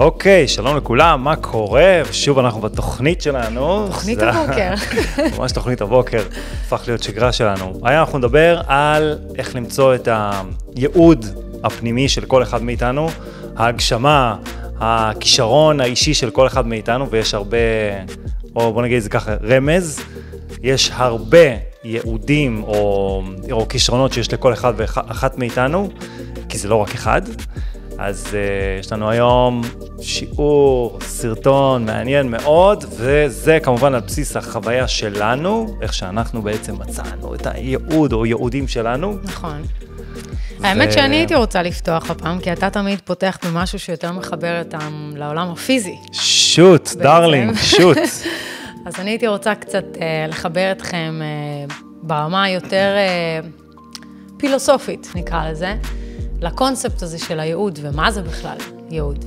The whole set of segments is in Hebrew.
אוקיי, שלום לכולם, מה קורה? שוב אנחנו בתוכנית שלנו. תוכנית הבוקר. ממש תוכנית הבוקר, הפך להיות שגרה שלנו. היום אנחנו נדבר על איך למצוא את הייעוד הפנימי של כל אחד מאיתנו, ההגשמה, הכישרון האישי של כל אחד מאיתנו, ויש הרבה, או בוא נגיד את זה ככה, רמז, יש הרבה ייעודים או כישרונות שיש לכל אחד ואחת מאיתנו, כי זה לא רק אחד. אז יש לנו היום שיעור, סרטון מעניין מאוד, וזה כמובן על בסיס החוויה שלנו, איך שאנחנו בעצם מצאנו את הייעוד או ייעודים שלנו. נכון. האמת שאני הייתי רוצה לפתוח הפעם, כי אתה תמיד פותח במשהו שיותר מחבר אותם לעולם הפיזי. שוט, דרלינג, שוט. אז אני הייתי רוצה קצת לחבר אתכם ברמה יותר פילוסופית, נקרא לזה, לקונספט הזה של הייעוד, ומה זה בכלל ייעוד.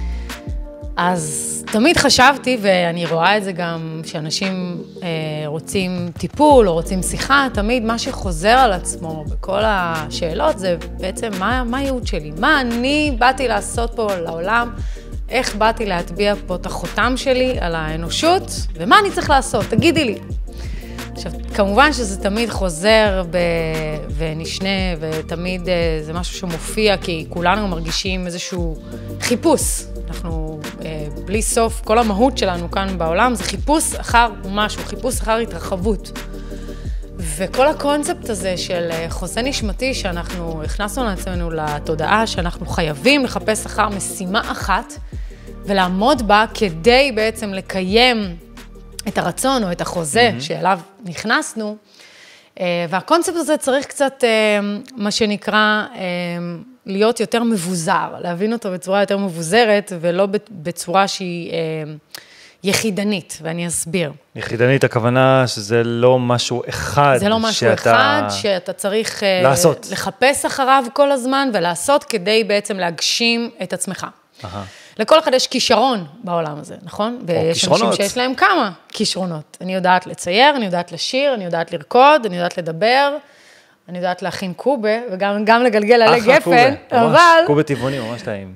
אז תמיד חשבתי, ואני רואה את זה גם, שאנשים רוצים טיפול או רוצים שיחה, תמיד מה שחוזר על עצמו בכל השאלות זה בעצם מה הייעוד שלי, מה אני באתי לעשות פה לעולם, איך באתי להטביע פה את החותם שלי על האנושות, ומה אני צריך לעשות, תגידי לי. עכשיו, כמובן שזה תמיד חוזר ונשנה, ותמיד זה משהו שמופיע, כי כולנו מרגישים איזשהו חיפוש. אנחנו בלי סוף, כל המהות שלנו כאן בעולם זה חיפוש אחר משהו, חיפוש אחר התרחבות. וכל הקונספט הזה של חוסה נשמתי, שאנחנו הכנסנו לעצמנו לתודעה, שאנחנו חייבים לחפש אחר משימה אחת, ולעמוד בה כדי בעצם לקיים את הרצון או את החוזה שאליו נכנסנו, והקונספט הזה צריך קצת, מה שנקרא, להיות יותר מבוזר, להבין אותו בצורה יותר מבוזרת, ולא בצורה שהיא יחידנית, ואני אסביר. יחידנית, הכוונה שזה לא משהו אחד. זה לא משהו אחד שאתה צריך לעשות. לחפש אחריו כל הזמן, ולעשות כדי בעצם להגשים את עצמך. לכל אחד יש כישרון בעולם הזה, נכון? ויש אנשים שיש להם כמה כישרונות. אני יודעת לצייר, אני יודעת לשיר, אני יודעת לרקוד, אני יודעת לדבר, אני יודעת להכין קובה, וגם לגלגל עלי גפן. ממש קובה טבעוני, ממש טעים.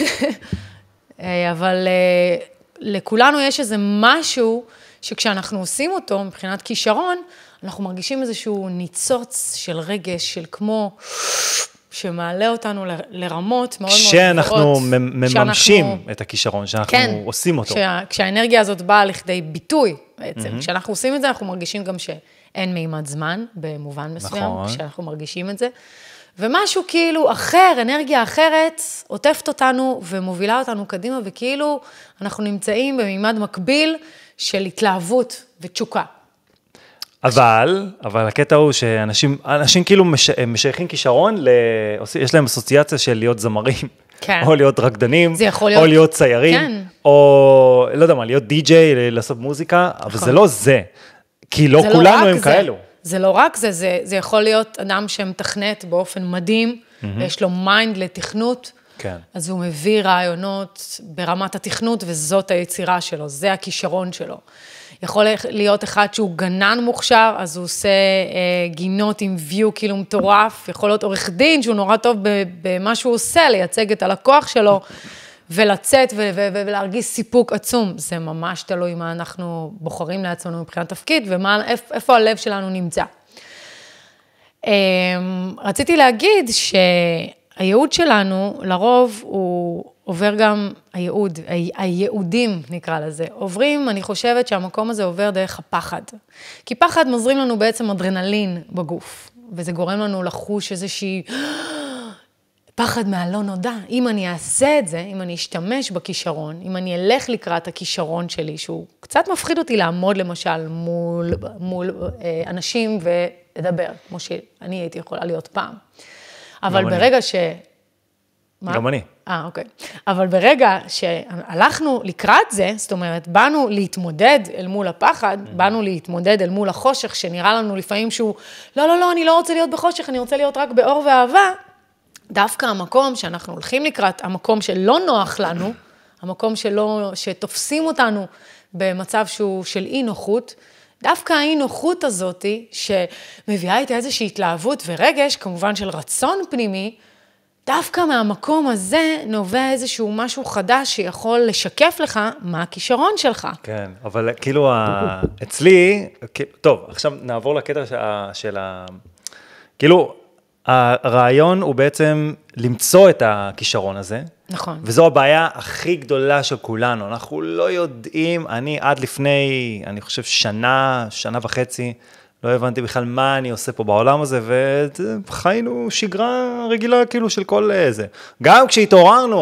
אבל לכולנו יש איזה משהו שכשאנחנו עושים אותו מבחינת כישרון, אנחנו מרגישים איזשהו ניצוץ של רגש, של כמו שמעלה אותנו לרמות מאוד מאוד גבוהות. כשאנחנו מממשים את הכישרון, שאנחנו עושים אותו. כשהאנרגיה הזאת באה לכדי ביטוי בעצם. כשאנחנו עושים את זה, אנחנו מרגישים גם שאין מימד זמן, במובן מסוים, כשאנחנו מרגישים את זה. ומשהו כאילו אחר, אנרגיה אחרת, עוטפת אותנו ומובילה אותנו קדימה, וכאילו אנחנו נמצאים במימד מקביל של התלהבות ותשוקה. אבל הקטע הוא שאנשים כאילו משייכים כישרון, יש להם אסוציאציה של להיות זמרים, או להיות רקדנים, או להיות ציירים, או לא יודע מה, להיות די-ג'יי, לעשות מוזיקה, אבל זה לא זה, כי לא כולנו הם כאלו. זה לא רק זה, זה יכול להיות אדם שמתכנת באופן מדהים, ויש לו מיינד לתכנות, אז הוא מביא רעיונות ברמת התכנות, וזאת היצירה שלו, זה הכישרון שלו. יכול להיות אחד שהוא גנן מוכשר, אז הוא עושה גינות עם ויו כאילו מטורף, יכול להיות עורך דין שהוא נורא טוב במה שהוא עושה, לייצג את הלקוח שלו, ולצאת ולהרגיש סיפוק עצום. זה ממש תלוי מה אנחנו בוחרים לעצמנו מבחינת תפקיד, ואיפה הלב שלנו נמצא. רציתי להגיד שהייעוד שלנו, לרוב הוא עובר גם הייעודים נקרא לזה, עוברים, אני חושבת שהמקום הזה עובר דרך הפחד. כי פחד מזרים לנו בעצם אדרנלין בגוף, וזה גורם לנו לחוש איזושהי פחד מהלא נודע. אם אני אעשה את זה, אם אני אשתמש בכישרון, אם אני אלך לקראת הכישרון שלי, שהוא קצת מפחיד אותי לעמוד למשל מול אנשים ולדבר, כמו שאני הייתי יכולה להיות פעם. אבל ברגע גם אני. אוקיי. אבל ברגע שהלכנו לקראת זה, זאת אומרת, באנו להתמודד אל מול הפחד, באנו להתמודד אל מול החושך, שנראה לנו לפעמים שהוא, לא, אני לא רוצה להיות בחושך, אני רוצה להיות רק באור ואהבה, דווקא המקום שאנחנו הולכים לקראת, המקום שלא נוח לנו, המקום שתופסים אותנו במצב שהוא של אי נוחות, דווקא האי נוחות הזאת, שמביאה איתה איזושהי התלהבות ורגש, כמובן של רצון פנימי, דווקא מהמקום הזה נובע איזשהו משהו חדש שיכול לשקף לך מה הכישרון שלך. כן, אבל כאילו אצלי, טוב, עכשיו נעבור לקטע של כאילו, הרעיון הוא בעצם למצוא את הכישרון הזה. נכון. וזו הבעיה הכי גדולה של כולנו. אנחנו לא יודעים, אני עד לפני, אני חושב שנה וחצי, לא הבנתי בכלל מה אני עושה פה בעולם הזה, וחיינו שגרה רגילה כאילו של כל זה. גם כשהתעוררנו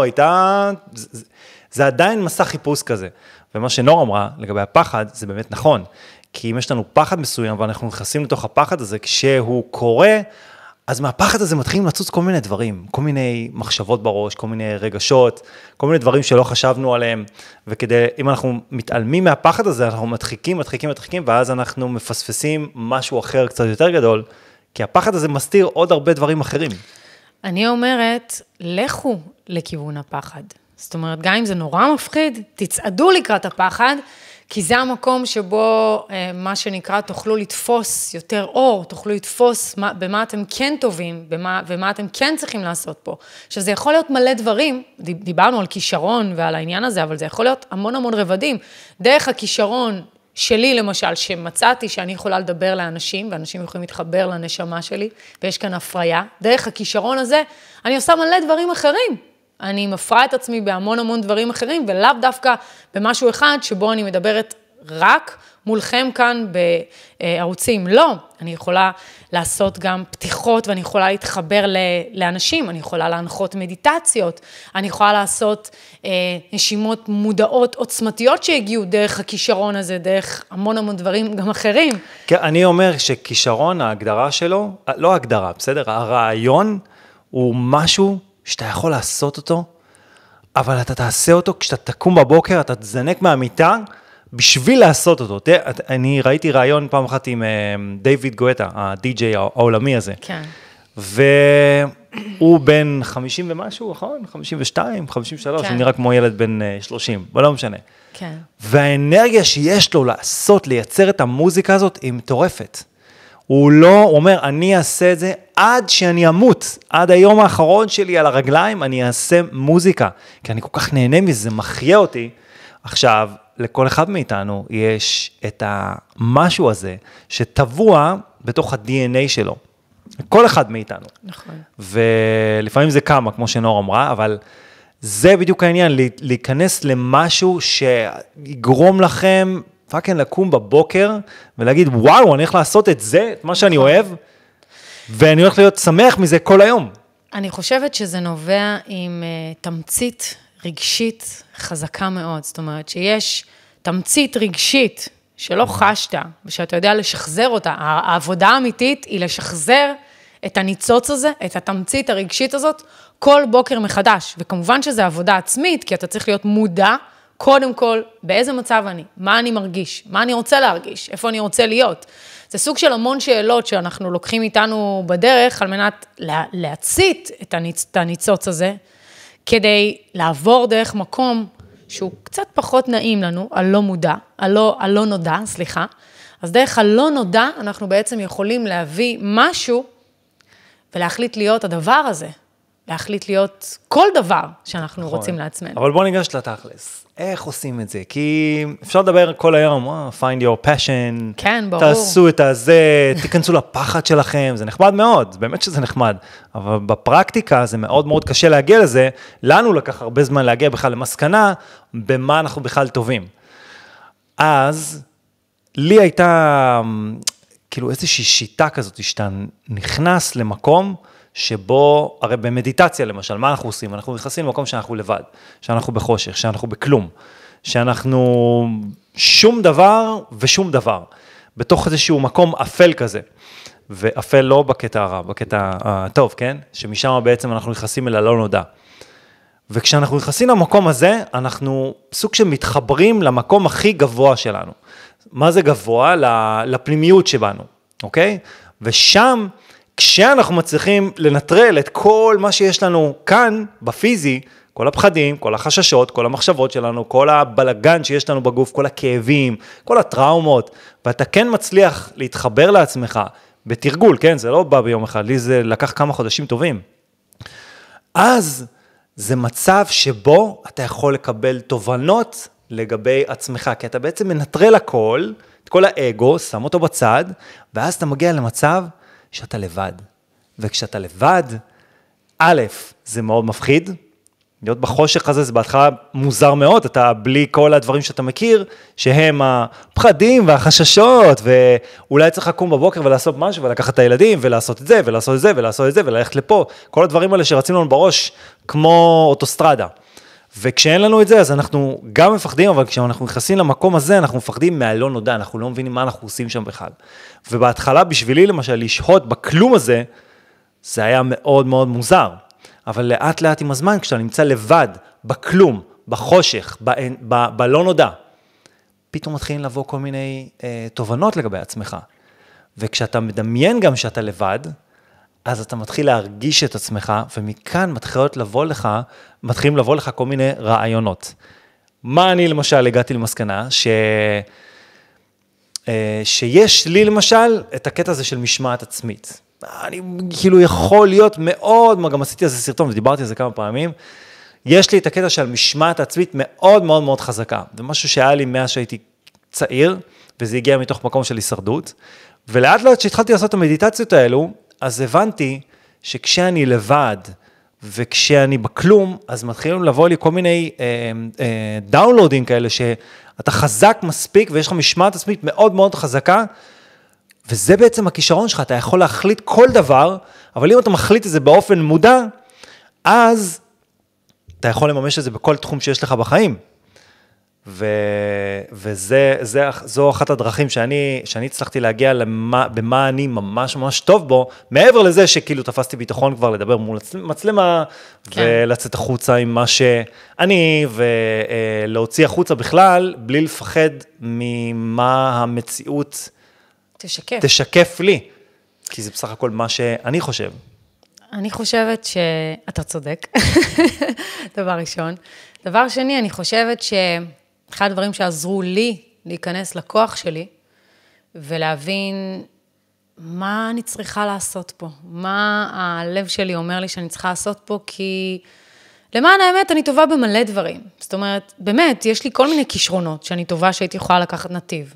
זה עדיין מסע חיפוש כזה. ומה שנור אמרה לגבי הפחד, זה באמת נכון. כי אם יש לנו פחד מסוים, ואנחנו נכנסים לתוך הפחד הזה, כשהוא קורה, אז מהפחד הזה מתחילים לצוץ כל מיני דברים, כל מיני מחשבות בראש, כל מיני רגשות, כל מיני דברים שלא חשבנו עליהם, אם אנחנו מתעלמים מהפחד הזה, אנחנו מדחיקים, ואז אנחנו מפספסים משהו אחר קצת יותר גדול, כי הפחד הזה מסתיר עוד הרבה דברים אחרים. אני אומרת, לכו לכיוון הפחד. זאת אומרת, גם אם זה נורא מפחיד, תצעדו לקראת הפחד, כי זה המקום שבו, מה שנקרא, תוכלו לתפוס יותר אור, תוכלו לתפוס במה אתם כן טובים, ומה אתם כן צריכים לעשות פה. שזה יכול להיות מלא דברים, דיברנו על כישרון ועל העניין הזה, אבל זה יכול להיות המון רבדים. דרך הכישרון שלי, למשל, שמצאתי שאני יכולה לדבר לאנשים, ואנשים יכולים להתחבר לנשמה שלי, ויש כאן הפריה. דרך הכישרון הזה, אני עושה מלא דברים אחרים. אני מפרה את עצמי בהמון דברים אחרים, ולאו דווקא במשהו אחד שבו אני מדברת רק מולכם כאן בערוצים. לא, אני יכולה לעשות גם פתיחות, ואני יכולה להתחבר לאנשים, אני יכולה להנחות מדיטציות, אני יכולה לעשות נשימות מודעות עוצמתיות שהגיעו דרך הכישרון הזה, דרך המון דברים גם אחרים. כן, אני אומר שכישרון, ההגדרה שלו, לא הגדרה, בסדר? הרעיון הוא משהו שאתה יכול לעשות אותו, אבל אתה תעשה אותו, כשאתה תקום בבוקר, אתה תזנק מהמיטה, בשביל לעשות אותו. אני ראיתי רעיון פעם אחת עם דיוויד גואטה, הדי-ג'יי העולמי הזה. כן. והוא בן 50 ומשהו, נכון? 52, 53, הוא נראה כמו ילד בן 30, אבל לא משנה. כן. והאנרגיה שיש לו לייצר את המוזיקה הזאת, היא מטורפת. הוא אומר, אני אעשה את זה עד שאני אמות, עד היום האחרון שלי על הרגליים, אני אעשה מוזיקה, כי אני כל כך נהנה מזה, זה מחיה אותי. עכשיו, לכל אחד מאיתנו יש את המשהו הזה, שטבוע בתוך ה-DNA שלו. כל אחד מאיתנו. נכון. ולפעמים זה כמה, כמו שנור אמרה, אבל זה בדיוק העניין, להיכנס למשהו שיגרום לכם, פאקן לקום בבוקר, ולהגיד, וואו, אני הולך לעשות את זה, את מה שאני אוהב, ואני הולך להיות שמח מזה כל היום. אני חושבת שזה נובע עם תמצית רגשית חזקה מאוד, זאת אומרת שיש תמצית רגשית שלא חשת, ושאתה יודע לשחזר אותה, העבודה האמיתית היא לשחזר את הניצוץ הזה, את התמצית הרגשית הזאת, כל בוקר מחדש, וכמובן שזה עבודה עצמית, כי אתה צריך להיות מודע, קודם כל, באיזה מצב אני, מה אני מרגיש, מה אני רוצה להרגיש, איפה אני רוצה להיות. זה סוג של המון שאלות שאנחנו לוקחים איתנו בדרך, על מנת להצית את הניצוץ הזה, כדי לעבור דרך מקום שהוא קצת פחות נעים לנו, הלא מודע, הלא נודע, סליחה. אז דרך הלא נודע, אנחנו בעצם יכולים להביא משהו, ולהחליט להיות הדבר הזה, להחליט להיות כל דבר שאנחנו רוצים לעצמנו. אבל בואו ניגש לתכלס. איך עושים את זה? כי אפשר לדבר כל היום, find your passion, כן, ברור. תעשו את הזה, תיכנסו לפחד שלכם, זה נחמד מאוד, באמת שזה נחמד, אבל בפרקטיקה זה מאוד מאוד קשה להגיע לזה, לנו לקח הרבה זמן להגיע בכלל למסקנה, במה אנחנו בכלל טובים. אז, לי הייתה, כאילו איזושהי שיטה כזאת, שאתה נכנס למקום, שבו, הרי במדיטציה למשל, מה אנחנו עושים? אנחנו נכנסים למקום שאנחנו לבד, שאנחנו בחושך, שאנחנו בכלום, שאנחנו שום דבר ושום דבר, בתוך איזשהו מקום אפל כזה, ואפל לא בקטע הרע, בקטע הטוב, כן? שמשם בעצם אנחנו נכנסים אל הלא נודע. וכשאנחנו נכנסים למקום הזה, אנחנו סוג שמתחברים למקום הכי גבוה שלנו. מה זה גבוה? לפנימיות שבנו, אוקיי? ושם, כשאנחנו מצליחים לנטרל את כל מה שיש לנו כאן, בפיזי, כל הפחדים, כל החששות, כל המחשבות שלנו, כל הבלגן שיש לנו בגוף, כל הכאבים, כל הטראומות, ואתה כן מצליח להתחבר לעצמך בתרגול, כן? זה לא בא ביום אחד, לי זה לקח כמה חודשים טובים. אז זה מצב שבו אתה יכול לקבל תובנות לגבי עצמך, כי אתה בעצם מנטרל הכל, את כל האגו, שם אותו בצד, ואז אתה מגיע למצב שאתה לבד. וכשאתה לבד, א', זה מאוד מפחיד, להיות בחושך הזה, זה בהתחלה מוזר מאוד, אתה בלי כל הדברים שאתה מכיר, שהם הפחדים והחששות, ואולי צריך לקום בבוקר ולעשות משהו, ולקחת את הילדים, ולעשות את זה, ולעשות את זה, ולעשות את זה, וללכת לפה, כל הדברים האלה שרצים לנו בראש, כמו אוטוסטרדה. וכשאין לנו את זה, אז אנחנו גם מפחדים, אבל כשאנחנו נכנסים למקום הזה, אנחנו מפחדים מהלא נודע, אנחנו לא מבינים מה אנחנו עושים שם בכלל. ובהתחלה, בשבילי, למשל, לשהות בכלום הזה, זה היה מאוד מאוד מוזר. אבל לאט לאט עם הזמן, כשאתה נמצא לבד, בכלום, בחושך, בלא נודע, פתאום מתחילים לבוא כל מיני תובנות לגבי עצמך. וכשאתה מדמיין גם שאתה לבד, אז אתה מתחיל להרגיש את עצמך, ומכאן מתחילים לבוא לך כל מיני רעיונות. מה אני למשל הגעתי למסקנה? שיש לי למשל את הקטע הזה של משמעת עצמית. אני כאילו יכול להיות מאוד, גם עשיתי איזה סרטון ודיברתי על זה כמה פעמים, יש לי את הקטע של משמעת עצמית מאוד מאוד מאוד חזקה, זה משהו שהיה לי מאז שהייתי צעיר, וזה הגיע מתוך מקום של הישרדות, ולאט לאט שהתחלתי לעשות את המדיטציות האלו, אז הבנתי שכשאני לבד, וכשאני בכלום, אז מתחילים לבוא לי כל מיני דאונלודים כאלה, שאתה חזק מספיק, ויש לך משמעת עצמית מאוד מאוד חזקה, וזה בעצם הכישרון שלך, אתה יכול להחליט כל דבר, אבל אם אתה מחליט את זה באופן מודע, אז אתה יכול לממש את זה בכל תחום שיש לך בחיים. וזו אחת הדרכים שאני הצלחתי להגיע במה אני ממש ממש טוב בו, מעבר לזה שכאילו תפסתי ביטחון כבר לדבר מול מצלמה, ולצאת החוצה עם מה שאני, ולהוציא החוצה בכלל, בלי לפחד ממה המציאות תשקף לי, כי זה בסך הכל מה שאני חושב. אני חושבת שאתה צודק, דבר ראשון. דבר שני, אני חושבת שאחד הדברים שעזרו לי להיכנס לכוח שלי, ולהבין מה אני צריכה לעשות פה, מה הלב שלי אומר לי שאני צריכה לעשות פה, כי למען האמת אני טובה במלא דברים. זאת אומרת, באמת, יש לי כל מיני כישרונות שאני טובה שהייתי יכולה לקחת נתיב.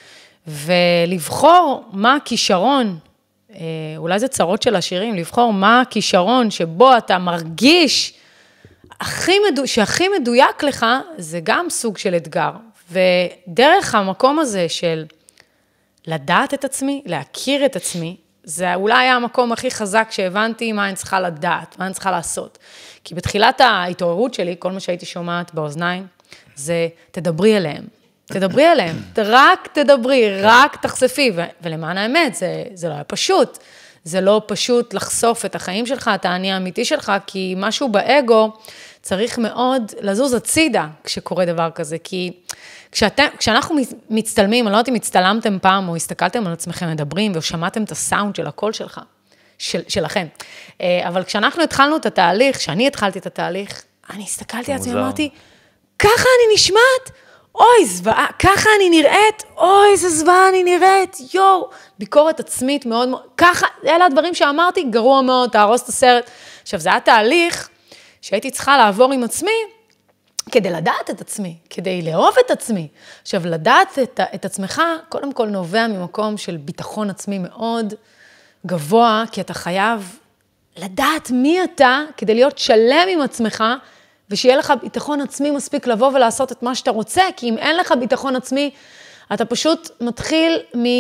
ולבחור מה הכישרון, אולי זה צרות של השירים, לבחור מה הכישרון שבו אתה מרגיש שהכי מדויק לך, זה גם סוג של אתגר. ודרך המקום הזה של לדעת את עצמי, להכיר את עצמי, זה אולי היה המקום הכי חזק שהבנתי מה אני צריכה לדעת, מה אני צריכה לעשות. כי בתחילת ההתעוררות שלי, כל מה שהייתי שומעת באוזניים, זה תדברי אליהם. תדברי עליהם, רק תדברי, רק תחשפי, ולמען האמת, זה לא היה פשוט. זה לא פשוט לחשוף את החיים שלך, את העני האמיתי שלך, כי משהו באגו צריך מאוד לזוז הצידה כשקורה דבר כזה, כי כשאנחנו מצטלמים, אני לא יודעת אם הצטלמתם פעם, או הסתכלתם על עצמכם מדברים, או שמעתם את הסאונד של הקול שלך, שלכם. אבל כשאנחנו התחלנו את התהליך, כשאני התחלתי את התהליך, אני הסתכלתי על עצמי, אמרתי, ככה אני נשמעת? אוי, זוועה, ככה אני נראית, אוי, איזה זוועה אני נראית, ביקורת עצמית מאוד מאוד, ככה, אלה הדברים שאמרתי, גרוע מאוד, תהרוס את הסרט. עכשיו, זה היה תהליך שהייתי צריכה לעבור עם עצמי, כדי לדעת את עצמי, כדי לאהוב את עצמי. עכשיו, לדעת את עצמך, קודם כל נובע ממקום של ביטחון עצמי מאוד גבוה, כי אתה חייב לדעת מי אתה, כדי להיות שלם עם עצמך, ושיהיה לך ביטחון עצמי מספיק לבוא ולעשות את מה שאתה רוצה, כי אם אין לך ביטחון עצמי, אתה פשוט מתחיל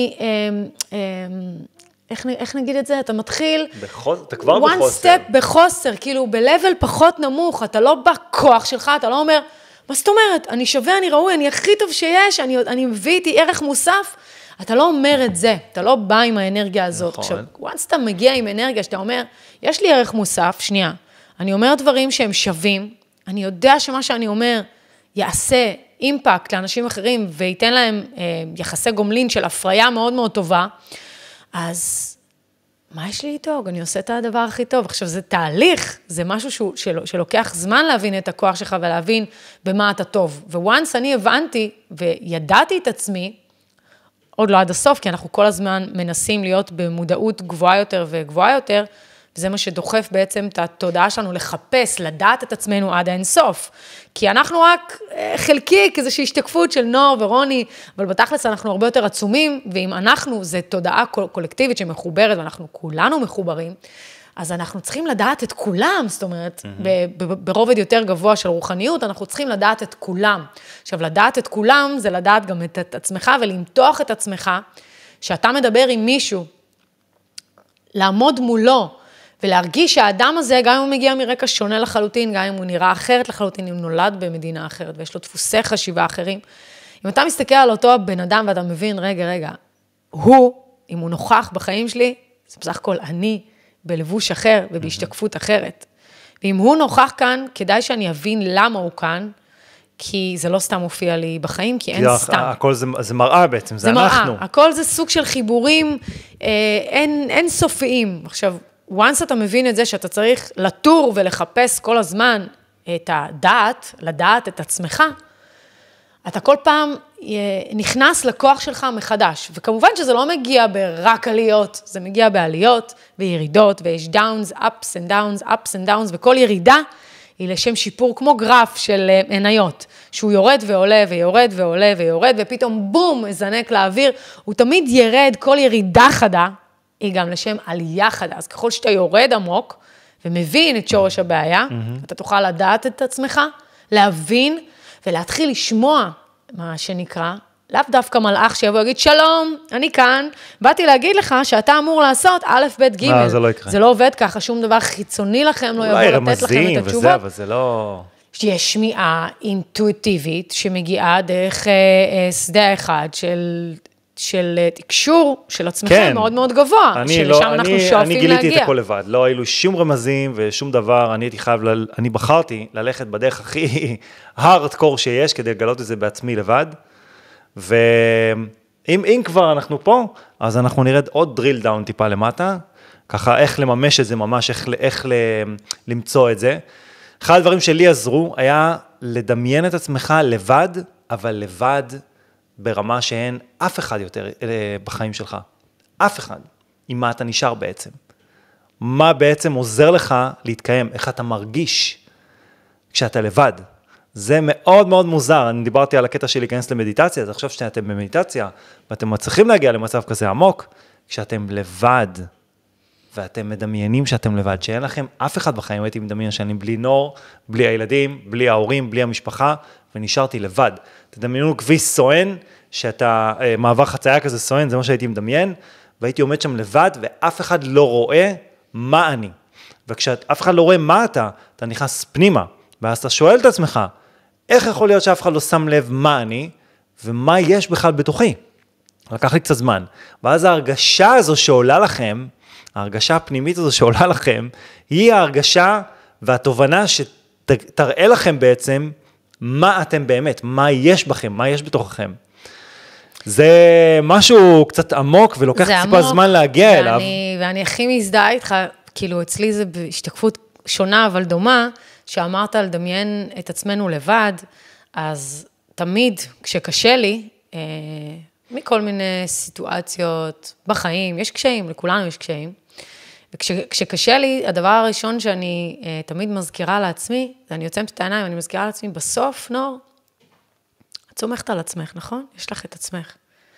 איך נגיד את זה? אתה מתחיל אתה כבר בחוסר. one step בחוסר, כאילו ב-level פחות נמוך, אתה לא בכוח שלך, אתה לא אומר, מה זאת אומרת? אני שווה, אני ראוי, אני הכי טוב שיש, אני מביא איתי ערך מוסף. אתה לא אומר את זה, אתה לא בא עם האנרגיה הזאת. עכשיו, once אתה מגיע עם אנרגיה, שאתה אומר, יש לי ערך מוסף, שנייה, אני אומר דברים שהם שווים, אני יודע שמה שאני אומר יעשה אימפקט לאנשים אחרים, וייתן להם יחסי גומלין של הפריה מאוד מאוד טובה, אז מה יש לי לדאוג? אני עושה את הדבר הכי טוב. עכשיו, זה תהליך, זה משהו שלוקח זמן להבין את הכוח שלך, ולהבין במה אתה טוב. וואנס אני הבנתי, וידעתי את עצמי, עוד לא עד הסוף, כי אנחנו כל הזמן מנסים להיות במודעות גבוהה יותר וגבוהה יותר, וזה מה שדוחף בעצם את התודעה שלנו לחפש, לדעת את עצמנו עד האינסוף. כי אנחנו רק חלקי, כאיזושהי השתקפות של נור ורוני, אבל בתכלס אנחנו הרבה יותר עצומים, ואם אנחנו, זה תודעה קולקטיבית שמחוברת, ואנחנו כולנו מחוברים, אז אנחנו צריכים לדעת את כולם, זאת אומרת, ברובד יותר גבוה של רוחניות, אנחנו צריכים לדעת את כולם. עכשיו, לדעת את כולם, זה לדעת גם את עצמך, ולמתוח את עצמך, שאתה מדבר עם מישהו, לעמוד מולו, ולהרגיש שהאדם הזה, גם אם הוא מגיע מרקע שונה לחלוטין, גם אם הוא נראה אחרת לחלוטין, אם הוא נולד במדינה אחרת, ויש לו דפוסי חשיבה אחרים, אם אתה מסתכל על אותו בן אדם, ואתה מבין, רגע, אם הוא נוכח בחיים שלי, זה בסך הכל אני, בלבוש אחר ובהשתקפות אחרת. ואם הוא נוכח כאן, כדאי שאני אבין למה הוא כאן, כי זה לא סתם מופיע לי בחיים, כי אין סתם. הכל זה מראה בעצם, זה אנחנו. מראה, הכל זה סוג של חיבורים אין סופיים. עכשיו, once אתה מבין את זה שאתה צריך לטור ולחפש כל הזמן את הדעת, לדעת את עצמך, אתה כל פעם נכנס לכוח שלך מחדש, וכמובן שזה לא מגיע ברק עליות, זה מגיע בעליות וירידות, ויש downs, ups and downs, ups and downs, וכל ירידה היא לשם שיפור כמו גרף של מניות, שהוא יורד ועולה ויורד ועולה ויורד, ופתאום בום, מזנק לאוויר, הוא תמיד ירד, כל ירידה חדה, היא גם לשם עלייה חדה, אז ככל שאתה יורד עמוק, ומבין את שורש הבעיה, אתה תוכל לדעת את עצמך, להבין, ולהתחיל לשמוע, מה שנקרא, לאו דווקא מלאך שיבוא ויגיד, שלום, אני כאן, באתי להגיד לך שאתה אמור לעשות א', ב', ג'. זה לא יקרה. זה לא עובד ככה, שום דבר חיצוני לכם לא יבוא לתת לכם את התשובות. וזה, אבל זה לא... יש שמיעה אינטואיטיבית שמגיעה דרך שדה אחד של תקשור של עצמכם כן. מאוד מאוד גבוה, שלשם אנחנו שואפים להגיע. אני גיליתי את הכל לבד, לא היו שום רמזים ושום דבר, אני בחרתי ללכת בדרך הכי הארדקור שיש, כדי לגלות את זה בעצמי לבד, ואם כבר אנחנו פה, אז אנחנו נרד עוד דריל דאון טיפה למטה, ככה איך לממש את זה ממש, איך למצוא את זה. אחד הדברים שלי עזרו היה לדמיין את עצמך לבד, אבל לבד ברמה שאין אף אחד יותר בחיים שלך. אף אחד. עם מה אתה נשאר בעצם. מה בעצם עוזר לך להתקיים, איך אתה מרגיש כשאתה לבד. זה מאוד מאוד מוזר. אני דיברתי על הקטע של להיכנס למדיטציה, אז עכשיו שאתם במדיטציה, ואתם מצליחים להגיע למצב כזה עמוק, כשאתם לבד, ואתם מדמיינים שאתם לבד, שאין לכם אף אחד בחיים, הייתי מדמיין שאני בלי נור, בלי הילדים, בלי ההורים, בלי המשפחה, ונשארתי לבד. תדמיינו כביש סואן, שאתה מעבר חצייה כזה סואן, זה מה שהייתי מדמיין, והייתי עומד שם לבד, ואף אחד לא רואה מה אני. וכשאף אחד לא רואה מה אתה נכנס פנימה, ואז אתה שואל את עצמך, איך יכול להיות שאף אחד לא שם לב מה אני, ומה יש בכלל בתוכי? לקח לי קצת זמן. ואז ההרגשה הזו שעולה לכם, ההרגשה הפנימית הזו שעולה לכם, היא ההרגשה והתובנה שתראה לכם בעצם מה אתם באמת, מה יש בכם, מה יש בתוככם. זה משהו קצת עמוק ולוקח טיפה זמן להגיע אליו. ואני הכי מזדהה איתך, כאילו אצלי זה בהשתקפות שונה אבל דומה, שאמרת לדמיין את עצמנו לבד, אז תמיד כשקשה לי, מכל מיני סיטואציות בחיים, יש קשיים, לכולנו יש קשיים, וכשקשה לי, הדבר הראשון שאני תמיד מזכירה לעצמי, ואני יוצאת את העיניים, אני מזכירה לעצמי, בסוף, נור, את סומכת על עצמך, נכון? יש לך את עצמך.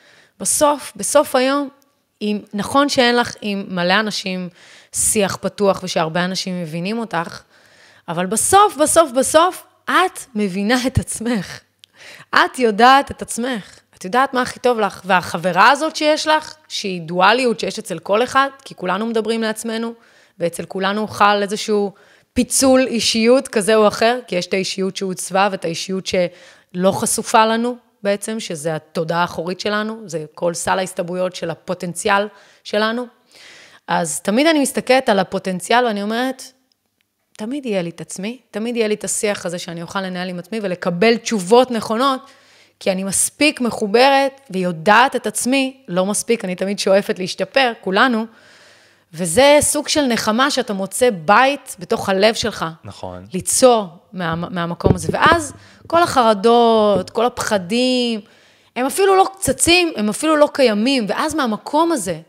בסוף היום, נכון שאין לך עם מלא אנשים שיח פתוח, ושהרבה אנשים מבינים אותך, אבל בסוף, את מבינה את עצמך. את יודעת את עצמך. את יודעת מה הכי טוב לך, והחברה הזאת שיש לך, שהיא דואליות שיש אצל כל אחד, כי כולנו מדברים לעצמנו, ואצל כולנו חל איזשהו פיצול אישיות כזה או אחר, כי יש את האישיות שהוצבה, ואת האישיות שלא חשופה לנו בעצם, שזה התודעה האחורית שלנו, זה כל סל ההסתברויות של הפוטנציאל שלנו. אז תמיד אני מסתכלת על הפוטנציאל, ואני אומרת, תמיד יהיה לי את עצמי, תמיד יהיה לי את השיח הזה שאני אוכל לנהל עם עצמי, ולקבל תשובות נכונות, כי אני מספיק מחוברת ויודעת את עצמי, לא מספיק, אני תמיד שואפת להשתפר, כולנו, וזה סוג של נחמה שאתה מוצא בית בתוך הלב שלך. נכון. ליצור מהמקום הזה. ואז כל החרדות, כל הפחדים, הם אפילו לא קצצים, הם אפילו לא קיימים, ואז מהמקום הזה,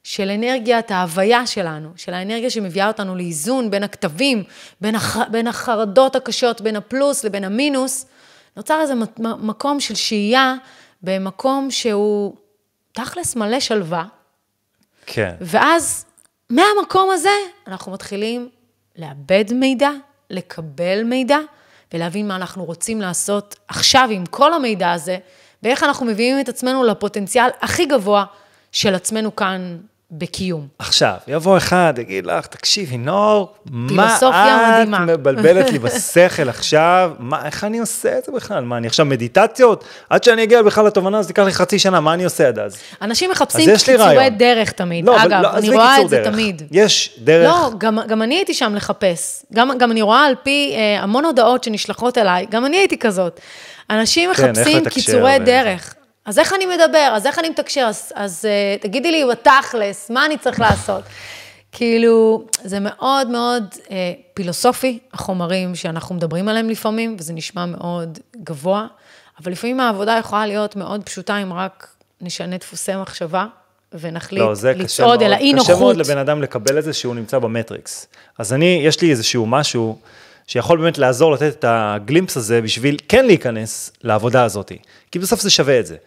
של אנרגיית ההוויה שלנו, של האנרגיה שמביאה אותנו לאיזון בין הכתבים, בין החרדות הקשות, בין הפלוס לבין המינוס, נוצר איזה מקום של שהייה, במקום שהוא תכלס מלא שלווה. כן. ואז מהמקום הזה אנחנו מתחילים לאבד מידע, לקבל מידע, ולהבין מה אנחנו רוצים לעשות עכשיו עם כל המידע הזה, ואיך אנחנו מביאים את עצמנו לפוטנציאל הכי גבוה של עצמנו כאן בקיום. עכשיו, יבוא אחד, יגיד לך, תקשיבי, נור, מה את מבלבלת לי בשכל עכשיו? איך אני עושה את זה בכלל? מה, אני עכשיו מדיטציות? עד שאני אגיע בכלל לתובנה, אז תיקח לי חצי שנה, מה אני עושה עד אז? אנשים מחפשים קיצורי דרך תמיד. אגב, אני רואה את זה תמיד. יש דרך. לא, גם אני הייתי שם לחפש. גם אני רואה על פי המון הודעות שנשלחות אליי, גם אני הייתי כזאת. אנשים מחפשים קיצורי דרך. אז איך אני מדבר? אז איך אני מתקשר? אז תגידי לי בתכלס, מה אני צריך לעשות? כאילו, זה מאוד מאוד פילוסופי, החומרים שאנחנו מדברים עליהם לפעמים, וזה נשמע מאוד גבוה, אבל לפעמים העבודה יכולה להיות מאוד פשוטה, אם רק נשנה דפוסי מחשבה, ונחליט לצעוד אל האי-נוחות. קשה מאוד לבן אדם לקבל את זה שהוא נמצא במטריקס. אז יש לי איזשהו משהו שיכול באמת לעזור לתת את הגלימפס הזה בשביל כן להיכנס לעבודה הזאת. כי בסוף זה שווה את זה.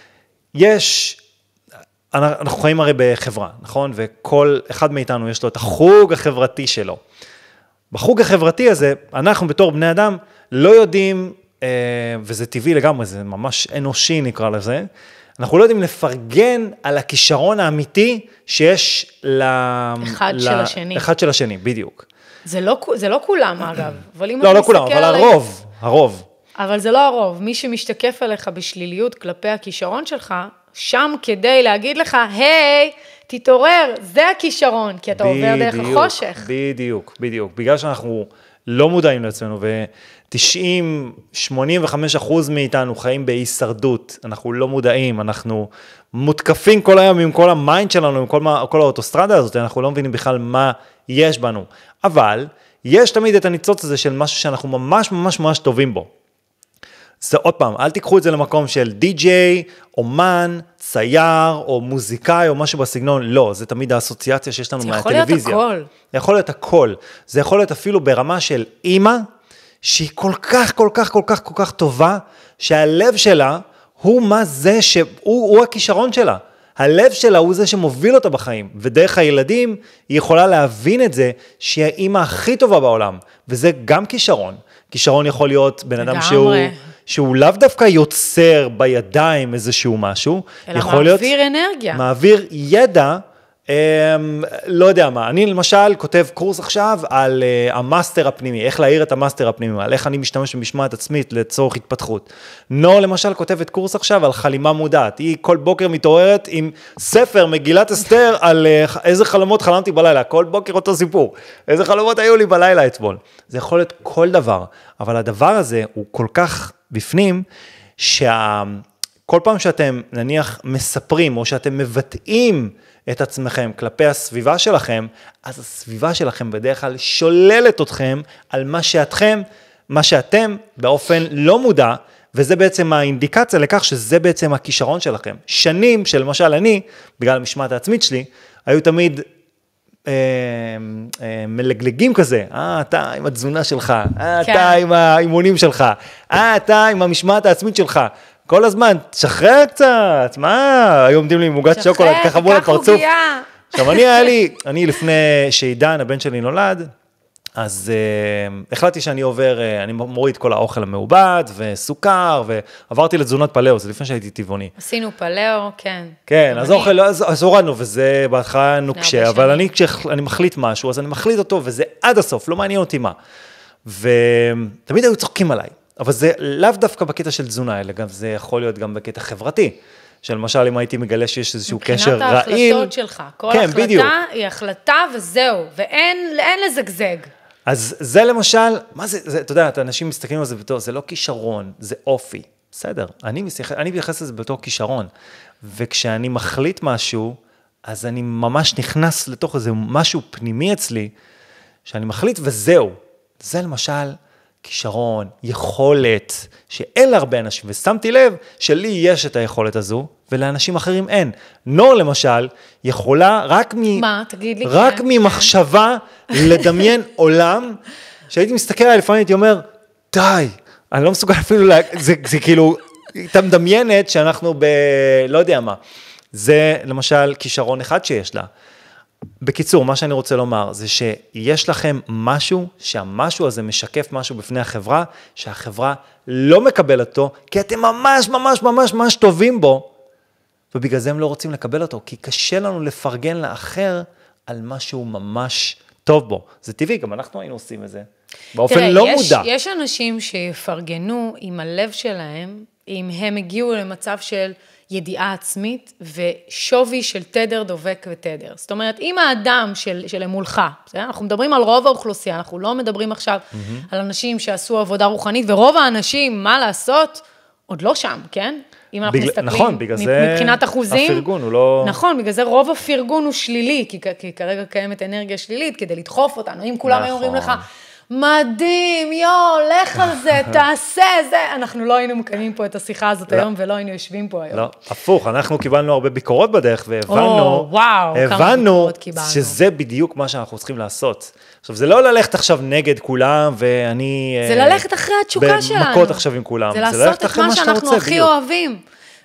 אנחנו חיים הרי בחברה, נכון? וכל אחד מאיתנו יש לו את החוג החברתי שלו. בחוג החברתי הזה, אנחנו בתור בני אדם לא יודעים, וזה טבעי לגמרי, זה ממש אנושי נקרא לזה, אנחנו לא יודעים לפרגן על הכישרון האמיתי שיש אחד של השני, בדיוק. זה לא כולם, אגב. לא כולם, אבל הרוב. אבל זה לא הרוב. מי שמשתקף עליך בשליליות כלפי הכישרון שלך, שם כדי להגיד לך, היי, תתעורר, זה הכישרון, כי אתה עובר דרך החושך. בדיוק. בגלל שאנחנו לא מודעים לעצמנו, ו-85% מאיתנו חיים בהישרדות, אנחנו לא מודעים, אנחנו מותקפים כל היום עם כל המיינד שלנו, עם כל האוטוסטרדה הזאת, אנחנו לא מבינים בכלל מה יש בנו. אבל יש תמיד את הניצוץ הזה של משהו שאנחנו ממש ממש ממש טובים בו. זה עוד פעם, אל תיקחו את זה למקום של די-ג'יי, אומן, צייר, או מוזיקאי, או משהו בסגנון, לא, זה תמיד האסוציאציה שיש לנו מהטלוויזיה. זה יכול להיות הכל. זה יכול להיות הכל. זה יכול להיות אפילו ברמה של אימא, שהיא כל כך טובה, שהלב שלה הוא מה זה, הוא הכישרון שלה. הלב שלה הוא זה שמוביל אותה בחיים, ודרך הילדים היא יכולה להבין את זה, שהיא האימא הכי טובה בעולם, וזה גם כישרון. כישרון יכול להיות בן אדם שהוא לאו דווקא יוצר בידיים איזשהו משהו, אלא מעביר אנרגיה. מעביר ידע, לא יודע מה, אני למשל כותב קורס עכשיו על המאסטר הפנימי, איך להעיר את המאסטר הפנימי, על איך אני משתמש במשמעת עצמית לצורך התפתחות. נור למשל כותבת קורס עכשיו על חלימה מודעת, היא כל בוקר מתעוררת עם ספר מגילת אסתר על איזה חלומות חלמתי בלילה, כל בוקר אותו סיפור, איזה חלומות היו לי בלילה אתמול. זה יכול להיות כל דבר, אבל הדבר הזה הוא כל כך בפנים, כל פעם שאתם נניח מספרים, או שאתם מבטאים את עצמכם כלפי הסביבה שלכם, אז הסביבה שלכם בדרך כלל שוללת אתכם על מה שאתם באופן לא מודע, וזה בעצם האינדיקציה לכך שזה בעצם הכישרון שלכם. שנים שלמשל אני, בגלל המשמעת העצמית שלי, היו תמיד מלגלגים כזה, אתה עם התזונה שלך, אתה עם האימונים שלך, אתה עם המשמעת העצמית שלך, כל הזמן, תשחרר קצת, מה, היו עומדים לי עם עוגת שוקולד, ככה בוא לפרצוף. עכשיו, אני לפני שעידן, הבן שלי נולד, אז החלטתי שאני אני מוריד כל האוכל המעובד, וסוכר, ועברתי לתזונת פלאו, זה לפני שהייתי טבעוני. עשינו פלאו, כן. כן, אז הורדנו, וזה בהתחלה נוקשה, אבל כשאני מחליט משהו, אז אני מחליט אותו, וזה עד הסוף, לא מעניין אותי מה. ותמיד היו צוחקים עליי. אבל זה לאו דווקא בקטע של תזונה, אלא גם זה יכול להיות גם בקטע חברתי, שלמשל אם הייתי מגלה שיש איזשהו קשר רעיל. מבחינת ההחלטות שלך, כל כן, החלטה בדיוק. היא החלטה וזהו, ואין לזגזג. אז זה למשל, מה זה, אתה יודע, אנשים מסתכלים על זה בתור, זה לא כישרון, זה אופי, בסדר, אני מתייחס לזה בתור כישרון, וכשאני מחליט משהו, אז אני ממש נכנס לתוך איזה משהו פנימי אצלי, שאני מחליט וזהו, זה למשל כישרון, יכולת, שאין להרבה אנשים, ושמתי לב שלי יש את היכולת הזו, ולאנשים אחרים אין. נור למשל, יכולה רק מה? תגיד לי. רק ממחשבה לדמיין עולם, שהייתי מסתכל עליה לפעמים, הייתי אומר, די, אני לא מסוגל אפילו, זה כאילו, אתה מדמיינת שאנחנו לא יודע מה. זה למשל כישרון אחד שיש לה. בקיצור, מה שאני רוצה לומר, זה שיש לכם משהו, שהמשהו הזה משקף משהו בפני החברה, שהחברה לא מקבלת אותו, כי אתם ממש ממש ממש ממש טובים בו, ובגלל זה הם לא רוצים לקבל אותו, כי קשה לנו לפרגן לאחר על משהו ממש טוב בו. זה טבעי, גם אנחנו היינו עושים את זה. באופן לא מודע. יש אנשים שיפרגנו עם הלב שלהם, אם הם הגיעו למצב של ידיעה עצמית ושווי של תדר דובק ותדר. זאת אומרת, אם האדם של מולך, אנחנו מדברים על רוב האוכלוסייה, אנחנו לא מדברים עכשיו על אנשים שעשו עבודה רוחנית, ורוב האנשים, מה לעשות, עוד לא שם, כן? אם אנחנו מסתכלים, נכון, בגלל זה מבחינת אחוזים, הפרגון הוא לא... נכון, בגלל זה רוב הפרגון הוא שלילי, כי כרגע קיימת אנרגיה שלילית כדי לדחוף אותנו. אם כולם היו אומרים לך, מדהים, לך על זה, תעשה זה. אנחנו לא היינו מקיימים פה את השיחה הזאת היום, ולא היינו יושבים פה היום. לא, הפוך, אנחנו קיבלנו הרבה ביקורות בדרך, והבנו שזה בדיוק מה שאנחנו צריכים לעשות. עכשיו, זה לא ללכת עכשיו נגד כולם, ואני... זה ללכת אחרי התשוקה שלנו. במכות עכשיו עם כולם. זה לעשות את מה שאנחנו הכי אוהבים.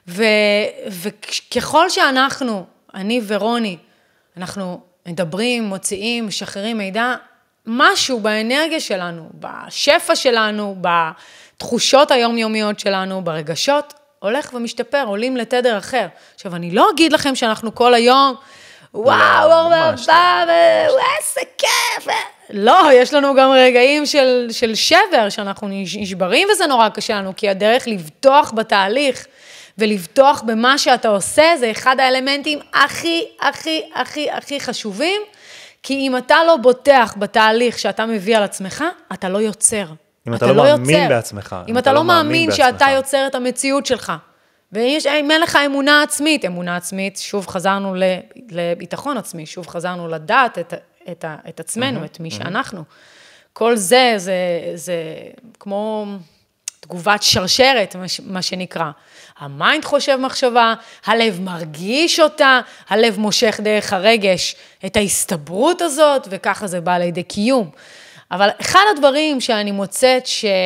וככל שאנחנו, אני ורוני, אנחנו מדברים, מוציאים, משחררים מידע, משהו באנרגיה שלנו, בשפע שלנו, בתחושות היומיומיות שלנו, ברגשות, הולך ומשתפר, עולים לתדר אחר. עכשיו, אני לא אגיד לכם שאנחנו כל היום, וואו, אור ואהבה, איזה כיף. לא, יש לנו גם רגעים של שבר, שאנחנו נשברים, וזה נורא קשה לנו, כי הדרך לבטוח בתהליך, ולבטוח במה שאתה עושה, זה אחד האלמנטים הכי, הכי, הכי, הכי חשובים, כי אם אתה לא בוטח בתהליך שאתה מביא על עצמך, אתה לא יוצר. אם אתה לא מאמין בעצמך. אם אתה לא מאמין שאתה יוצר את המציאות שלך. ואם אין לך אמונה עצמית, שוב חזרנו לביטחון עצמי, שוב חזרנו לדעת את עצמנו, את מי שאנחנו. כל זה כמו תגובת שרשרת, מה שנקרא. המיינד חושב מחשבה, הלב מרגיש אותה, הלב מושך דרך הרגש את ההסתברות הזאת, וככה זה בא לידי קיום. אבל אחד הדברים שאני מוצאת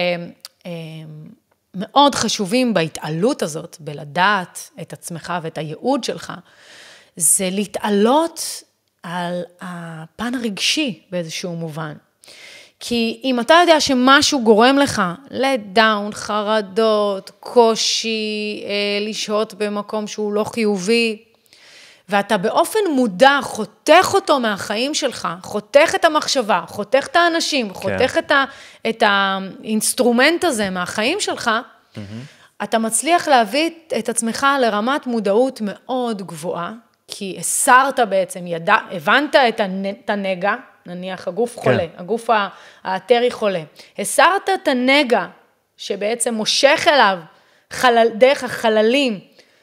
שמאוד חשובים בהתעלות הזאת, בלדעת את עצמך ואת הייעוד שלך, זה להתעלות על הפן הרגשי באיזשהו מובן. כי אם אתה יודע שמשהו גורם לך לדאון, חרדות, קושי, לשהות במקום שהוא לא חיובי, ואתה באופן מודע חותך אותו מהחיים שלך, חותך את המחשבה, חותך את האנשים, חותך את האינסטרומנט הזה מהחיים שלך, אתה מצליח להביא את עצמך לרמת מודעות מאוד גבוהה, כי הסרת בעצם, הבנת את הנגע, נניח הגוף חולה, הגוף האתרי חולה. הסרת את הנגע שבעצם מושך אליו דרך החללים,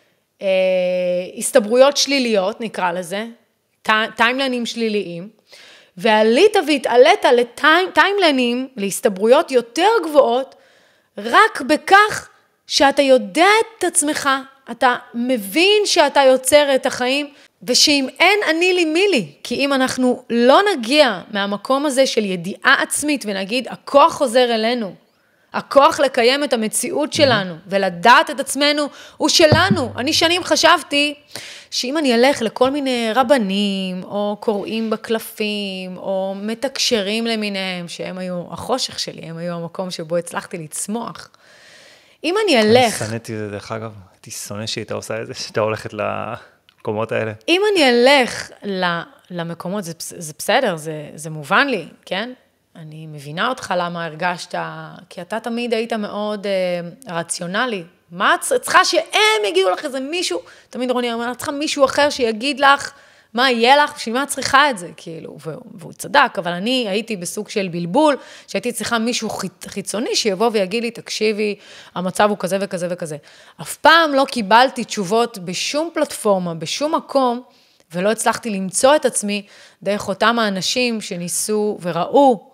הסתברויות שליליות, נקרא לזה, טיימלנים שליליים, ועלית והתעלית לטיימלנים, להסתברויות יותר גבוהות, רק בכך שאתה יודע את עצמך, אתה מבין שאתה יוצר את החיים, ושאם אין אני לי מי לי, כי אם אנחנו לא נגיע מהמקום הזה של ידיעה עצמית, ונגיד, הכוח חוזר אלינו, הכוח לקיים את המציאות שלנו, ולדעת את עצמנו, הוא שלנו. אני שנים חשבתי, שאם אני אלך לכל מיני רבנים, או קוראים בקלפים, או מתקשרים למיניהם, שהם היו החושך שלי, הם היו המקום שבו הצלחתי לצמוח. אם אני אלך... אני שנאתי את זה, דרך אגב, הייתי שונא שהייתה עושה את זה, שאתה הולכת למקומות האלה. אם אני אלך למקומות, זה בסדר, זה מובן לי, כן? אני מבינה אותך למה הרגשת, כי אתה תמיד היית מאוד רציונלי. מה צריכה שהם יגידו לך איזה מישהו, תמיד רוני אומר, צריכה מישהו אחר שיגיד לך מה יהיה לך, בשביל מה צריכה את זה, כאילו, והוא צדק, אבל אני הייתי בסוג של בלבול, שהייתי צריכה מישהו חיצוני שיבוא ויגיד לי, תקשיבי, המצב הוא כזה וכזה וכזה. אף פעם לא קיבלתי תשובות בשום פלטפורמה, בשום מקום, ולא הצלחתי למצוא את עצמי דרך אותם האנשים שניסו וראו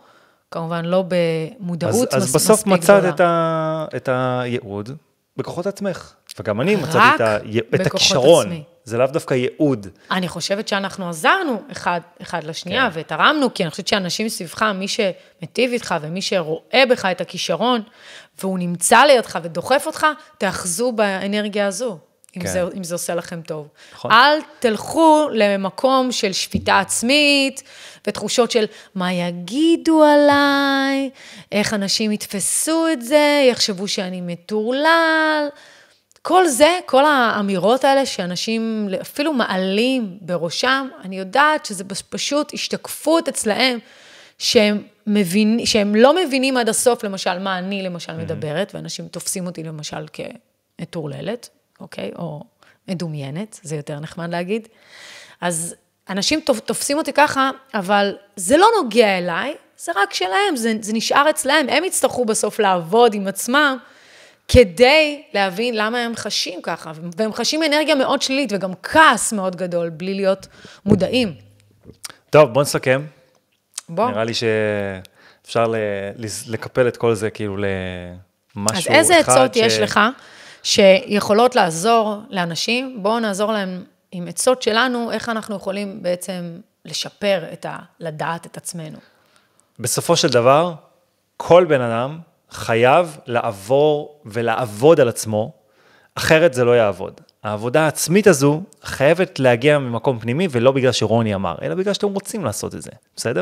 כמובן לא במודעות אז מספיק בסוף גדולה. מצאת את הייעוד בכוחות עצמך, וגם אני מצאתי את הכישרון, עצמי. זה לאו דווקא ייעוד. אני חושבת שאנחנו עזרנו אחד לשנייה, ותרמנו, כי אני חושבת שאנשים סביבך, מי שמטיב איתך, ומי שרואה בך את הכישרון, והוא נמצא לידך ודוחף אותך, תאחזו באנרגיה הזו, אם זה עושה לכם טוב. נכון. אל תלכו למקום של שפיטה עצמית, ותחושות של מה יגידו עליי, איך אנשים יתפסו את זה, יחשבו שאני מטורלל, כל זה, כל האמירות האלה שאנשים אפילו מעלים בראשם, אני יודעת שזה פשוט השתקפות אצלהם, שהם לא מבינים עד הסוף, למשל, מה אני למשל מדברת, ואנשים תופסים אותי למשל כמטורללת, אוקיי? או מדומיינת, זה יותר נחמד להגיד. אז אנשים תופסים אותי ככה, אבל זה לא נוגע אליי, זה רק שלהם, זה נשאר אצלהם, הם יצטרכו בסוף לעבוד עם עצמם, כדי להבין למה הם חשים ככה, והם חשים אנרגיה מאוד שלילית, וגם כעס מאוד גדול, בלי להיות מודעים. טוב, בוא נסכם. בוא. נראה לי שאפשר לקפל את כל זה כאילו למשהו אחד. אז איזה עצות יש לך שיכולות לעזור לאנשים? בואו נעזור להם עם עצות שלנו, איך אנחנו יכולים בעצם לשפר לדעת את עצמנו. בסופו של דבר, כל בן אדם חייב לעבור ולעבוד על עצמו, אחרת זה לא יעבוד. העבודה העצמית הזו חייבת להגיע ממקום פנימי, ולא בגלל שרוני אמר, אלא בגלל שאתם רוצים לעשות את זה, בסדר?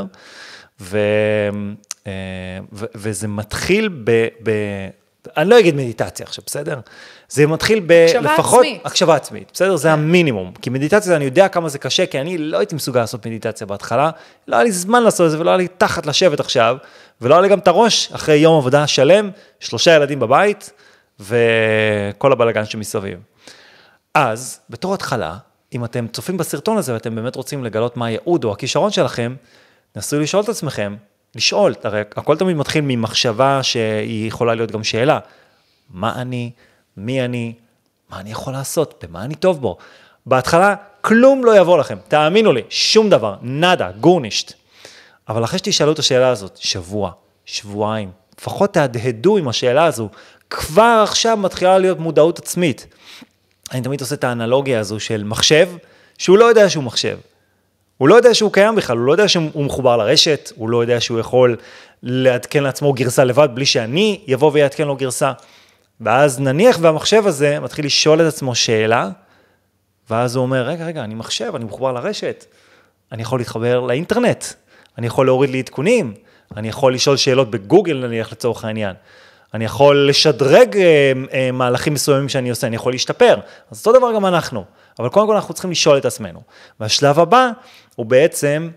וזה מתחיל אני לא אגיד מדיטציה עכשיו, בסדר? זה מתחיל לפחות הקשבה עצמית, בסדר? זה המינימום. כי מדיטציה, אני יודע כמה זה קשה, כי אני לא הייתי מסוגל לעשות מדיטציה בהתחלה, לא היה לי זמן לעשות את זה, ולא היה לי תחת לשבת עכשיו, ולא היה לי גם את הראש, אחרי יום עבודה שלם, 3 ילדים בבית, וכל הבלגן שמסביב. אז, בתור התחלה, אם אתם צופים בסרטון הזה, ואתם באמת רוצים לגלות מה הייעוד או הכישרון שלכם, נסו לשאול את עצמכם, לשאול, הרי הכל תמיד מתחיל ממחשבה שהיא יכולה להיות גם שאלה, מה אני, מי אני, מה אני יכול לעשות, במה אני טוב בו. בהתחלה כלום לא יבוא לכם, תאמינו לי, שום דבר, נדה, גורנישט. אבל אחרי שתשאלו את השאלה הזאת, שבוע, שבועיים, לפחות תהדהדו עם השאלה הזו, כבר עכשיו מתחילה להיות מודעות עצמית. אני תמיד עושה את האנלוגיה הזו של מחשב, שהוא לא יודע שהוא מחשב. הוא לא יודע שהוא קיים בכלל, הוא לא יודע שהוא מחובר לרשת, הוא לא יודע שהוא יכול לעדכן לעצמו גרסה לבד, בלי שאני יבוא ויעדכן לו גרסה. ואז נניח והמחשב הזה מתחיל לשאול את עצמו שאלה, ואז הוא אומר, רגע, אני מחשב, אני מחובר לרשת, אני יכול להתחבר לאינטרנט, אני יכול להוריד לי עדכונים, אני יכול לשאול שאלות בגוגל, נניח לצורך העניין, אני יכול לשדרג מהלכים מסוימים שאני עושה, אני יכול להשתפר. אז אותו דבר גם אנחנו. אבל קודם כל אנחנו צריכים לשאול את עצמנו. והשלב הבא הוא בעצם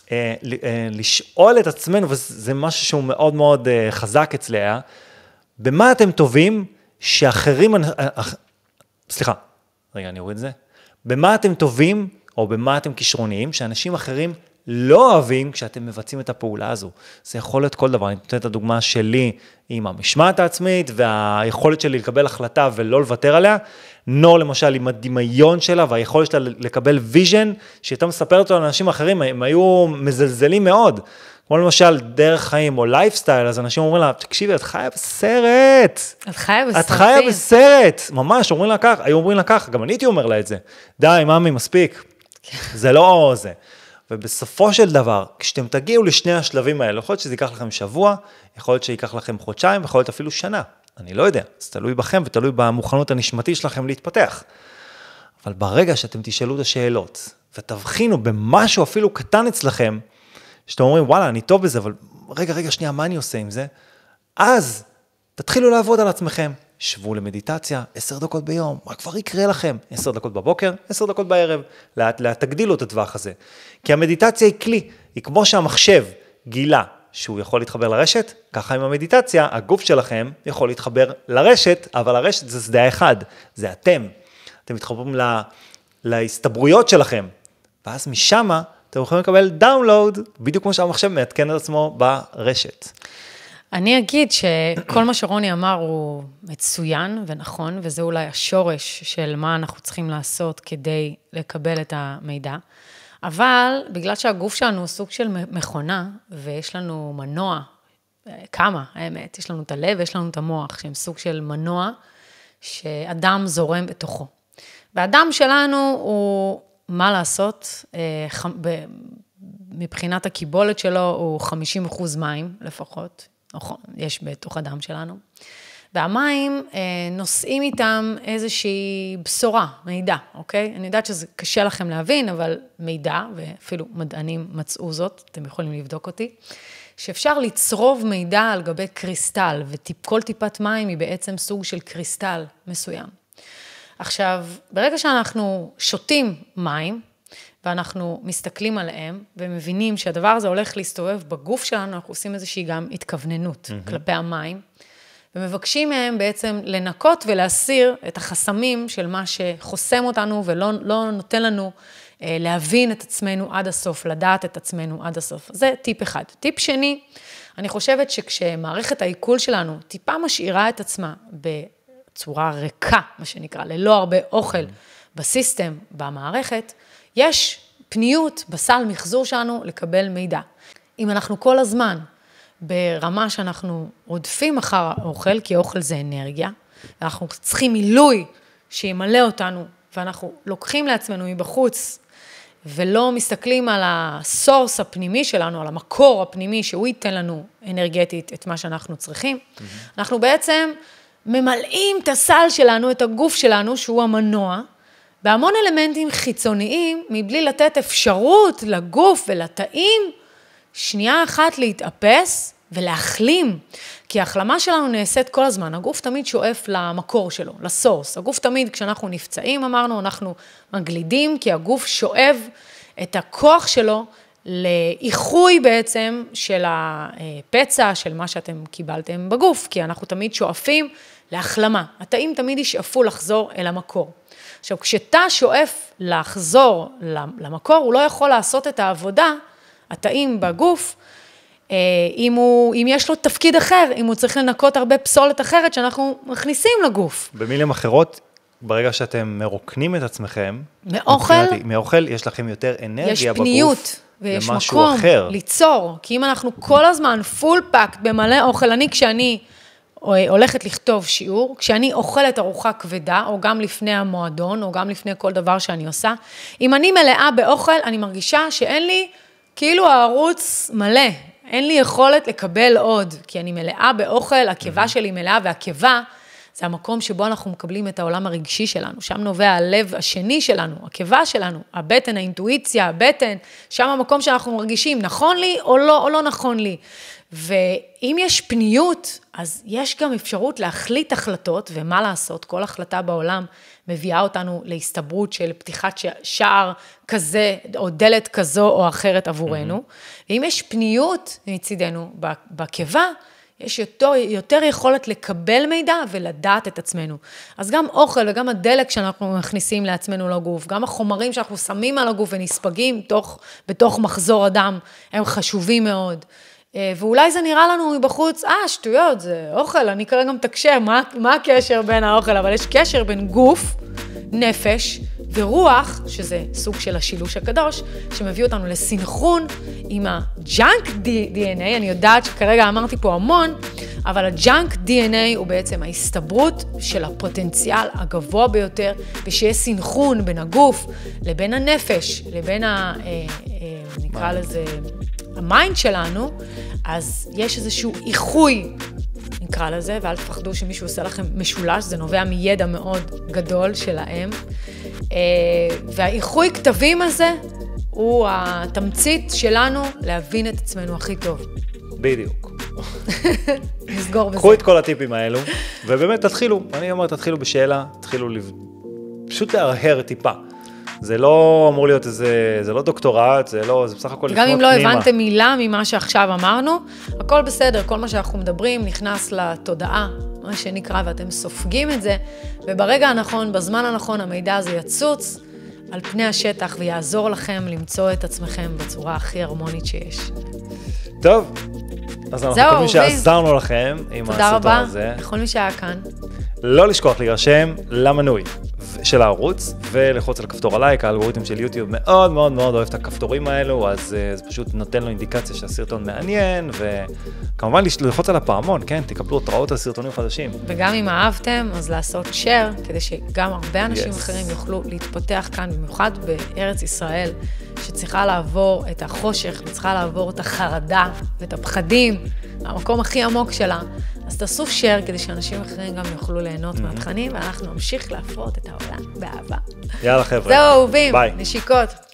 לשאול את עצמנו, וזה משהו שהוא מאוד מאוד חזק אצליה, במה אתם טובים שאחרים, סליחה, רגע, אני אוריד את זה. במה אתם טובים או במה אתם כישרוניים שאנשים אחרים לא אוהבים כשאתם מבצעים את הפעולה הזו. זה יכול להיות כל דבר. אני נותן את הדוגמה שלי עם המשמעת העצמית והיכולת שלי לקבל החלטה ולא לוותר עליה. נור למשל עם הדמיון שלה והיכולת שלה לקבל ויז'ן שהייתה מספרת אותו לאנשים אחרים, הם היו מזלזלים מאוד. כמו למשל דרך חיים או לייפסטייל, אז אנשים אומרים לה, תקשיבי, את חיה בסרט. את חיה בסרט. את חיה בסרט. ממש, אומרים לה כך, היו אומרים לה כך, גם אני הייתי אומר לה את זה. די, ממי, מספיק. זה לא זה. ובסופו של דבר, כשאתם תגיעו לשני השלבים האלה, יכול להיות שזה ייקח לכם שבוע, יכול להיות שיקח לכם חודשיים, יכול להיות אפילו שנה. אני לא יודע, זה תלוי בכם ותלוי במוכנות הנשמתית שלכם להתפתח. אבל ברגע שאתם תשאלו את השאלות, ותבחינו במשהו אפילו קטן אצלכם, שאתם אומרים, וואלה, אני טוב בזה, אבל רגע, שנייה, מה אני עושה עם זה? אז תתחילו לעבוד על עצמכם. שבו למדיטציה, 10 דקות ביום, מה כבר יקרה לכם? 10 דקות בבוקר, 10 דקות בערב, לאט תגדילו את הטווח הזה. כי המדיטציה היא כלי, היא כמו שהמחשב גילה שהוא יכול להתחבר לרשת, ככה עם המדיטציה, הגוף שלכם יכול להתחבר לרשת, אבל הרשת זה שדה אחד, זה אתם. אתם מתחברים להסתברויות שלכם, ואז משם אתם יכולים לקבל דאונלוד, בדיוק כמו שהמחשב מעדכן את עצמו ברשת. אני אגיד שכל מה שרוני אמר הוא מצוין ונכון, וזה אולי השורש של מה אנחנו צריכים לעשות כדי לקבל את המידע, אבל בגלל שהגוף שלנו הוא סוג של מכונה, ויש לנו מנוע כמה, האמת. יש לנו את הלב ויש לנו את המוח, שהם סוג של מנוע, שאדם זורם בתוכו. והאדם שלנו הוא, מה לעשות, מבחינת הקיבולת שלו, הוא 50% מים לפחות, נכון, יש בתוך הדם שלנו. והמים נושאים איתם איזושהי בשורה, מידע, אוקיי? אני יודעת שזה קשה לכם להבין, אבל מידע, ואפילו מדענים מצאו זאת, אתם יכולים לבדוק אותי, שאפשר לצרוב מידע על גבי קריסטל, וכל טיפת מים היא בעצם סוג של קריסטל מסוים. עכשיו, ברגע שאנחנו שותים מים, ואנחנו מסתכלים עליהם, ומבינים שהדבר הזה הולך להסתובב בגוף שלנו, אנחנו עושים איזושהי גם התכווננות כלפי המים, ומבקשים מהם בעצם לנקות ולהסיר את החסמים של מה שחוסם אותנו, ולא נותן לנו להבין את עצמנו עד הסוף, לדעת את עצמנו עד הסוף. זה טיפ אחד. טיפ שני, אני חושבת שכשמערכת העיכול שלנו טיפה משאירה את עצמה בצורה ריקה, מה שנקרא, ללא הרבה אוכל בסיסטם, במערכת, יש פניות בסל מחזור שלנו לקבל מידע. אם אנחנו כל הזמן ברמה שאנחנו עודפים אחר האוכל, כי האוכל זה אנרגיה, ואנחנו צריכים מילוי שימלא אותנו, ואנחנו לוקחים לעצמנו מבחוץ, ולא מסתכלים על הסורס הפנימי שלנו, על המקור הפנימי, שהוא ייתן לנו אנרגטית את מה שאנחנו צריכים, אנחנו בעצם ממלאים את הסל שלנו, את הגוף שלנו, שהוא המנוע, בהמון אלמנטים חיצוניים, מבלי לתת אפשרות לגוף ולתאים, שנייה אחת להתאפס ולהחלים, כי ההחלמה שלנו נעשית כל הזמן, הגוף תמיד שואף למקור שלו, לסורס, הגוף תמיד כשאנחנו נפצעים, אמרנו, אנחנו מגלידים, כי הגוף שואב את הכוח שלו לאיחוי בעצם של הפצע, של מה שאתם קיבלתם בגוף, כי אנחנו תמיד שואפים להחלמה, התאים תמיד ישאפו לחזור אל המקור. עכשיו, כשתא שואף לחזור למקור, הוא לא יכול לעשות את העבודה, התאים בגוף, אם יש לו תפקיד אחר, אם הוא צריך לנקות הרבה פסולת אחרת שאנחנו מכניסים לגוף. במילים אחרות, ברגע שאתם מרוקנים את עצמכם, מאוכל יש לכם יותר אנרגיה בגוף, יש פניות ויש מקום אחר. ליצור, כי אם אנחנו כל הזמן פול פאקט במלא אוכל, כשאני הולכת לכתוב שיעור, כשאני אוכלת ארוחה כבדה, או גם לפני המועדון, או גם לפני כל דבר שאני עושה, אם אני מלאה באוכל, אני מרגישה שאין לי כאילו הערוץ מלא, אין לי יכולת לקבל עוד, כי אני מלאה באוכל, הקיבה שלי מלאה, והקיבה זה המקום שבו אנחנו מקבלים את העולם הרגשי שלנו, שם נובע הלב השני שלנו, הקיבה שלנו, הבטן, האינטואיציה, הבטן, שם המקום שאנחנו מרגישים, נכון לי או לא נכון לי. ואם יש פניות, אז יש גם אפשרות להחליט החלטות, ומה לעשות, כל החלטה בעולם מביאה אותנו להסתברות של פתיחת שער כזה, או דלת כזו או אחרת עבורנו. ואם יש פניות מצידנו בקיבה, יש יותר יכולת לקבל מידע ולדעת את עצמנו. אז גם אוכל וגם הדלק שאנחנו מכניסים לעצמנו לגוף, גם החומרים שאנחנו שמים על הגוף ונספגים בתוך מחזור הדם, הם חשובים מאוד. ואולי זה נראה לנו מבחוץ, שטויות, זה אוכל, אני כרגע גם תקשר, מה הקשר בין האוכל? אבל יש קשר בין גוף, נפש ורוח, שזה סוג של השילוש הקדוש, שמביא אותנו לסינכרון עם הג'אנק DNA, אני יודעת שכרגע אמרתי פה המון, אבל הג'אנק DNA הוא בעצם ההסתברות של הפוטנציאל הגבוה ביותר, ושיש סינכרון בין הגוף לבין הנפש, לבין נקרא לזה המיינד שלנו, אז יש איזשהו איחוי, נקרא לזה, ואל תפחדו שמישהו עושה לכם משולש, זה נובע מידע מאוד גדול שלהם, והאיחוי כתבים הזה הוא התמצית שלנו להבין את עצמנו הכי טוב. בדיוק. נסגור בזה. קחו את כל הטיפים האלו, ובאמת תתחילו, אני אומר תתחילו בשאלה, תתחילו פשוט להרהר טיפה. זה לא אמור להיות איזה, זה לא דוקטורט, זה בסך הכל לפנות פנימה. גם אם לא הבנתם מילה ממה שעכשיו אמרנו, הכל בסדר, כל מה שאנחנו מדברים נכנס לתודעה, מה שנקרא, ואתם סופגים את זה, וברגע הנכון, בזמן הנכון, המידע הזה יצוץ על פני השטח, ויעזור לכם למצוא את עצמכם בצורה הכי הרמונית שיש. טוב, אז אנחנו מקווים שעזרנו לכם עם הסרטון הזה. תודה רבה לכל מי שהיה כאן. לא לשכוח להירשם למנוי של הערוץ, ולחוץ על הכפתור הלייק, האלגוריתם של יוטיוב מאוד מאוד מאוד אוהב את הכפתורים האלו, אז זה פשוט נותן לו אינדיקציה שהסרטון מעניין, וכמובן ללחוץ על הפעמון, כן, תקבלו התראות על סרטונים חדשים. וגם אם אהבתם, אז לעשות share, כדי שגם הרבה אנשים אחרים יוכלו להתפתח כאן, במיוחד בארץ ישראל, שצריכה לעבור את החושך, וצריכה לעבור את החרדה ואת הפחדים, המקום הכי עמוק שלה. אז תעשו share כדי שאנשים אחרים גם יוכלו ליהנות מהתכנים, ואנחנו נמשיך להפרות את העולם באהבה. יאללה חבר'ה. זהו, אהובים, נשיקות.